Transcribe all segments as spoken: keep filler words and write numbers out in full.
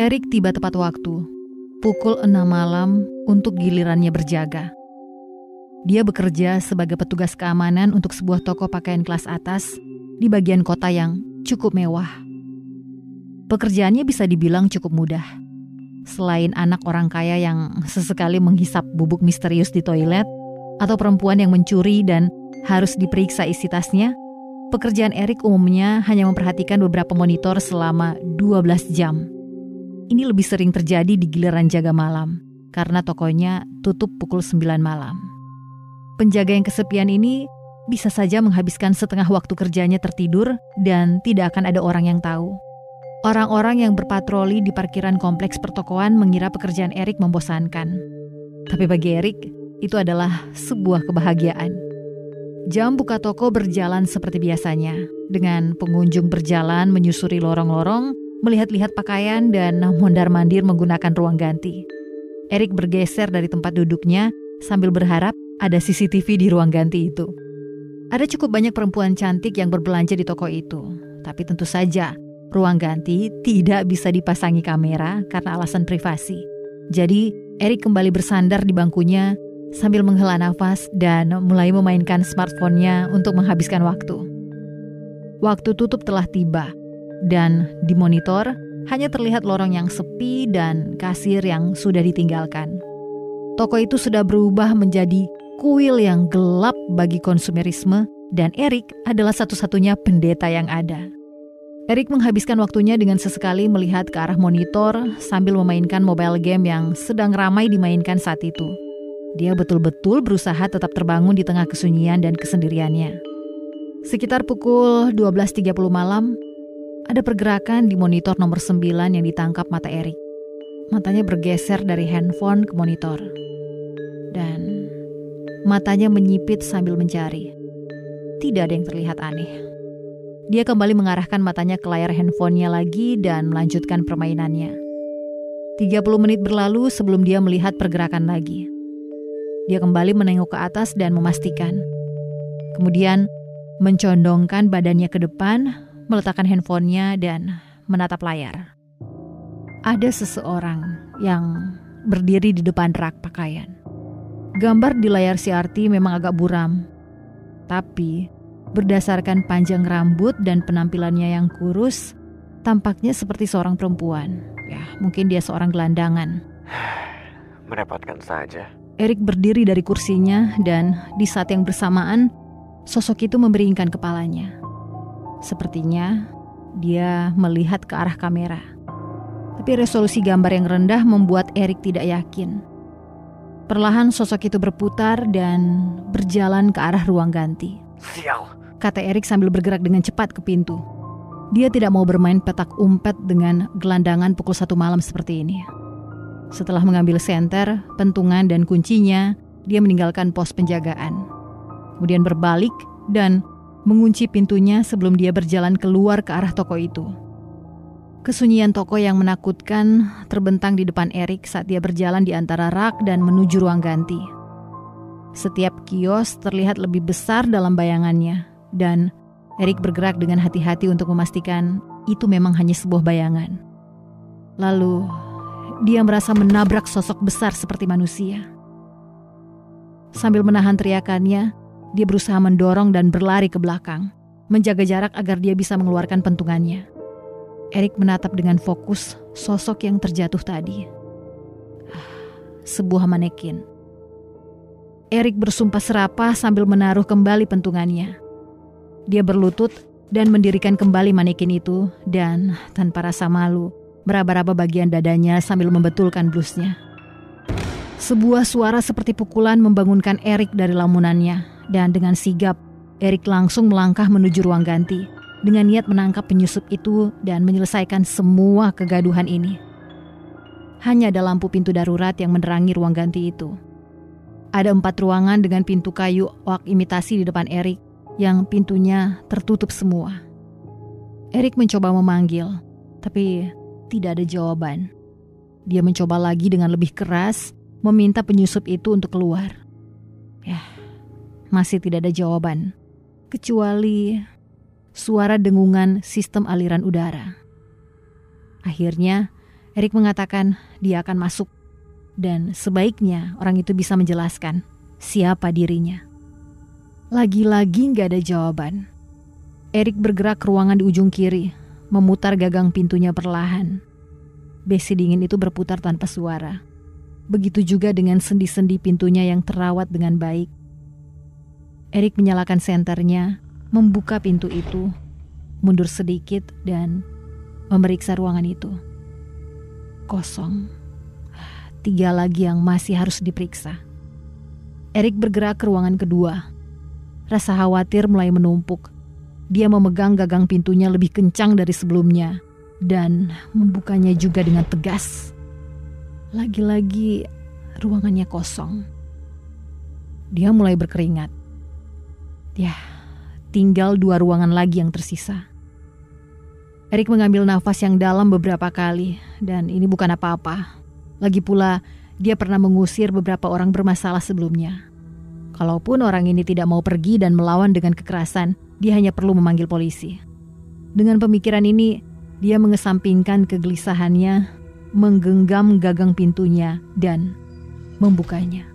Erik tiba tepat waktu, pukul enam malam untuk gilirannya berjaga. Dia bekerja sebagai petugas keamanan untuk sebuah toko pakaian kelas atas di bagian kota yang cukup mewah. Pekerjaannya bisa dibilang cukup mudah. Selain anak orang kaya yang sesekali menghisap bubuk misterius di toilet, atau perempuan yang mencuri dan harus diperiksa isi tasnya, pekerjaan Erik umumnya hanya memperhatikan beberapa monitor selama dua belas jam. Ini lebih sering terjadi di giliran jaga malam, karena tokonya tutup pukul sembilan malam. Penjaga yang kesepian ini bisa saja menghabiskan setengah waktu kerjanya tertidur dan tidak akan ada orang yang tahu. Orang-orang yang berpatroli di parkiran kompleks pertokoan mengira pekerjaan Erik membosankan. Tapi bagi Erik, itu adalah sebuah kebahagiaan. Jam buka toko berjalan seperti biasanya, dengan pengunjung berjalan menyusuri lorong-lorong, melihat-lihat pakaian dan mondar-mandir menggunakan ruang ganti. Erik bergeser dari tempat duduknya sambil berharap ada C C T V di ruang ganti itu. Ada cukup banyak perempuan cantik yang berbelanja di toko itu, tapi tentu saja ruang ganti tidak bisa dipasangi kamera karena alasan privasi. Jadi, Erik kembali bersandar di bangkunya sambil menghela nafas dan mulai memainkan smartphone-nya untuk menghabiskan waktu. Waktu tutup telah tiba, dan di monitor hanya terlihat lorong yang sepi dan kasir yang sudah ditinggalkan. Toko itu sudah berubah menjadi kuil yang gelap bagi konsumerisme, dan Erik adalah satu-satunya pendeta yang ada. Erik menghabiskan waktunya dengan sesekali melihat ke arah monitor sambil memainkan mobile game yang sedang ramai dimainkan saat itu. Dia betul-betul berusaha tetap terbangun di tengah kesunyian dan kesendiriannya. Sekitar pukul dua belas tiga puluh malam, ada pergerakan di monitor nomor sembilan yang ditangkap mata Erik. Matanya bergeser dari handphone ke monitor. Dan matanya menyipit sambil mencari. Tidak ada yang terlihat aneh. Dia kembali mengarahkan matanya ke layar handphonenya lagi dan melanjutkan permainannya. tiga puluh menit berlalu sebelum dia melihat pergerakan lagi. Dia kembali menengok ke atas dan memastikan. Kemudian mencondongkan badannya ke depan, meletakkan handphonenya dan menatap layar. Ada seseorang yang berdiri di depan rak pakaian. Gambar di layar C R T memang agak buram, tapi berdasarkan panjang rambut dan penampilannya yang kurus, tampaknya seperti seorang perempuan. Ya, mungkin dia seorang gelandangan. Merepotkan saja. Erik berdiri dari kursinya dan di saat yang bersamaan, sosok itu memberingkan kepalanya. Sepertinya dia melihat ke arah kamera. Tapi resolusi gambar yang rendah membuat Erik tidak yakin. Perlahan sosok itu berputar dan berjalan ke arah ruang ganti. Sial, kata Erik sambil bergerak dengan cepat ke pintu. Dia tidak mau bermain petak umpet dengan gelandangan pukul satu malam seperti ini. Setelah mengambil senter, pentungan dan kuncinya, dia meninggalkan pos penjagaan. Kemudian berbalik dan mengunci pintunya sebelum dia berjalan keluar ke arah toko itu. Kesunyian toko yang menakutkan terbentang di depan Erik saat dia berjalan di antara rak dan menuju ruang ganti. Setiap kios terlihat lebih besar dalam bayangannya, dan Erik bergerak dengan hati-hati untuk memastikan itu memang hanya sebuah bayangan. Lalu, dia merasa menabrak sosok besar seperti manusia. Sambil menahan teriakannya, dia berusaha mendorong dan berlari ke belakang, menjaga jarak agar dia bisa mengeluarkan pentungannya. Erik menatap dengan fokus sosok yang terjatuh tadi. Sebuah manekin. Erik bersumpah serapah sambil menaruh kembali pentungannya. Dia berlutut dan mendirikan kembali manekin itu dan tanpa rasa malu meraba-raba bagian dadanya sambil membetulkan blusnya. Sebuah suara seperti pukulan membangunkan Erik dari lamunannya dan dengan sigap Erik langsung melangkah menuju ruang ganti dengan niat menangkap penyusup itu dan menyelesaikan semua kegaduhan ini. Hanya ada lampu pintu darurat yang menerangi ruang ganti itu. Ada empat ruangan dengan pintu kayu oak imitasi di depan Erik yang pintunya tertutup semua. Erik mencoba memanggil, tapi tidak ada jawaban. Dia mencoba lagi dengan lebih keras, meminta penyusup itu untuk keluar. Ya, masih tidak ada jawaban, kecuali suara dengungan sistem aliran udara. Akhirnya, Erik mengatakan dia akan masuk dan sebaiknya orang itu bisa menjelaskan siapa dirinya. Lagi-lagi gak ada jawaban. Erik bergerak ke ruangan di ujung kiri, memutar gagang pintunya perlahan. Besi dingin itu berputar tanpa suara. Begitu juga dengan sendi-sendi pintunya yang terawat dengan baik. Erik menyalakan senternya, membuka pintu itu, mundur sedikit dan memeriksa ruangan itu. Kosong. Tiga lagi yang masih harus diperiksa. Erik bergerak ke ruangan kedua. Rasa khawatir mulai menumpuk. Dia memegang gagang pintunya lebih kencang dari sebelumnya dan membukanya juga dengan tegas. Lagi-lagi ruangannya kosong. Dia mulai berkeringat. Ya, tinggal dua ruangan lagi yang tersisa. Erik mengambil nafas yang dalam beberapa kali dan ini bukan apa-apa. Lagi pula, dia pernah mengusir beberapa orang bermasalah sebelumnya. Kalaupun orang ini tidak mau pergi dan melawan dengan kekerasan, dia hanya perlu memanggil polisi. Dengan pemikiran ini, dia mengesampingkan kegelisahannya, menggenggam gagang pintunya, dan membukanya.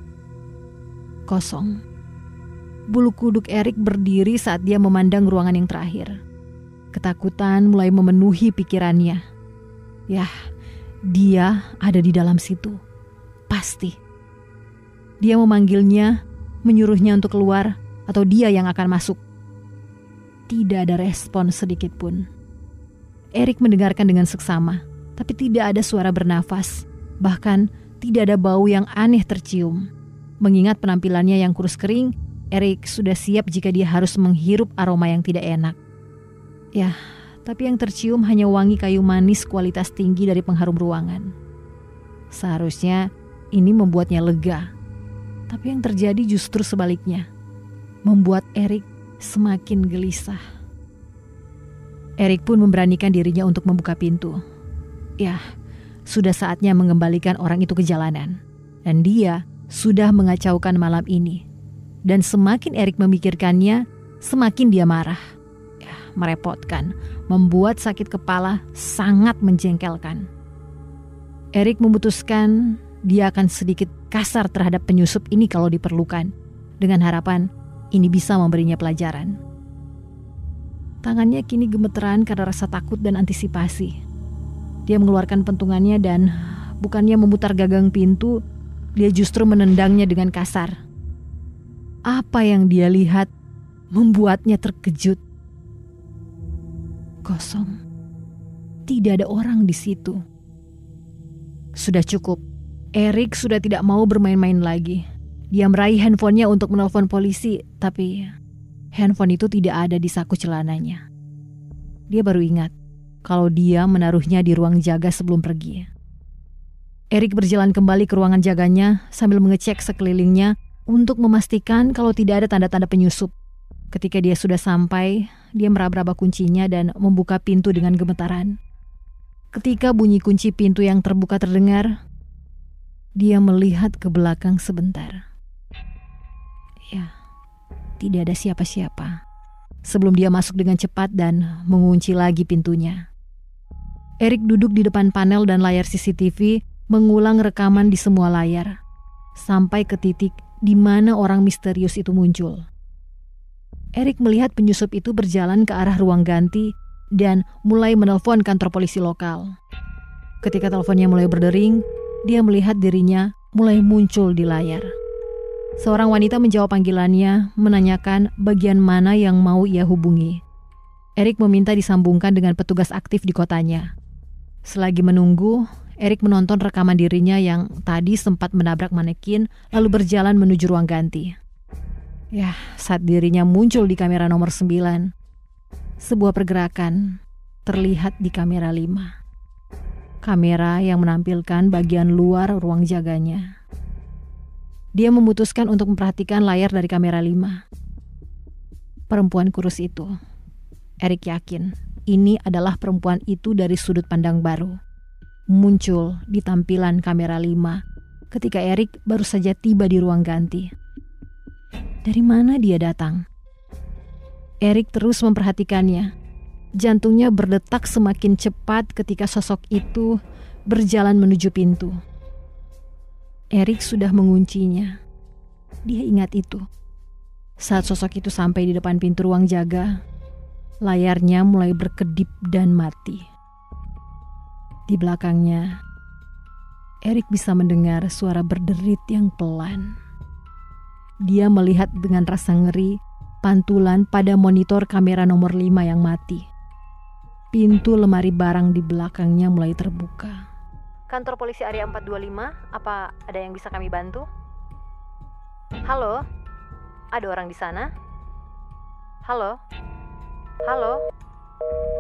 Kosong. Bulu kuduk Erik berdiri saat dia memandang ruangan yang terakhir. Ketakutan mulai memenuhi pikirannya. Yah, dia ada di dalam situ. Pasti. Dia memanggilnya, menyuruhnya untuk keluar, atau dia yang akan masuk. Tidak ada respon sedikit pun. Erik mendengarkan dengan seksama, tapi tidak ada suara bernafas. Bahkan tidak ada bau yang aneh tercium. Mengingat penampilannya yang kurus kering, Erik sudah siap jika dia harus menghirup aroma yang tidak enak. Ya, tapi yang tercium hanya wangi kayu manis kualitas tinggi dari pengharum ruangan. Seharusnya ini membuatnya lega. Tapi yang terjadi justru sebaliknya. Membuat Erik semakin gelisah. Erik pun memberanikan dirinya untuk membuka pintu. Ya, sudah saatnya mengembalikan orang itu ke jalanan. Dan dia sudah mengacaukan malam ini. Dan semakin Erik memikirkannya, semakin dia marah. Ya, merepotkan, membuat sakit kepala, sangat menjengkelkan. Erik memutuskan dia akan sedikit kasar terhadap penyusup ini kalau diperlukan, dengan harapan ini bisa memberinya pelajaran. Tangannya kini gemeteran karena rasa takut dan antisipasi. Dia mengeluarkan pentungannya dan bukannya memutar gagang pintu, dia justru menendangnya dengan kasar. Apa yang dia lihat membuatnya terkejut. Kosong. Tidak ada orang di situ. Sudah cukup. Erik sudah tidak mau bermain-main lagi. Dia meraih handphonenya untuk menelpon polisi, tapi handphone itu tidak ada di saku celananya. Dia baru ingat kalau dia menaruhnya di ruang jaga sebelum pergi. Erik berjalan kembali ke ruangan jaganya sambil mengecek sekelilingnya untuk memastikan kalau tidak ada tanda-tanda penyusup. Ketika dia sudah sampai, dia meraba-raba kuncinya dan membuka pintu dengan gemetaran. Ketika bunyi kunci pintu yang terbuka terdengar, dia melihat ke belakang sebentar. Ya, tidak ada siapa-siapa. Sebelum dia masuk dengan cepat dan mengunci lagi pintunya. Erik duduk di depan panel dan layar C C T V, mengulang rekaman di semua layar. Sampai ke titik di mana orang misterius itu muncul. Erik melihat penyusup itu berjalan ke arah ruang ganti dan mulai menelpon kantor polisi lokal. Ketika teleponnya mulai berdering, dia melihat dirinya mulai muncul di layar. Seorang wanita menjawab panggilannya, menanyakan bagian mana yang mau ia hubungi. Erik meminta disambungkan dengan petugas aktif di kotanya. Selagi menunggu, Erik menonton rekaman dirinya yang tadi sempat menabrak manekin lalu berjalan menuju ruang ganti. Ya, saat dirinya muncul di kamera nomor sembilan, sebuah pergerakan terlihat di kamera lima. Kamera yang menampilkan bagian luar ruang jaganya. Dia memutuskan untuk memperhatikan layar dari kamera lima. Perempuan kurus itu. Erik yakin ini adalah perempuan itu dari sudut pandang baru. Muncul di tampilan kamera lima ketika Erik baru saja tiba di ruang ganti. Dari mana dia datang? Erik terus memperhatikannya. Jantungnya berdetak semakin cepat ketika sosok itu berjalan menuju pintu. Erik sudah menguncinya. Dia ingat itu. Saat sosok itu sampai di depan pintu ruang jaga, layarnya mulai berkedip dan mati. Di belakangnya, Erik bisa mendengar suara berderit yang pelan. Dia melihat dengan rasa ngeri pantulan pada monitor kamera nomor lima yang mati. Pintu lemari barang di belakangnya mulai terbuka. Kantor polisi area empat dua lima, apa ada yang bisa kami bantu? Halo? Ada orang di sana? Halo? Halo?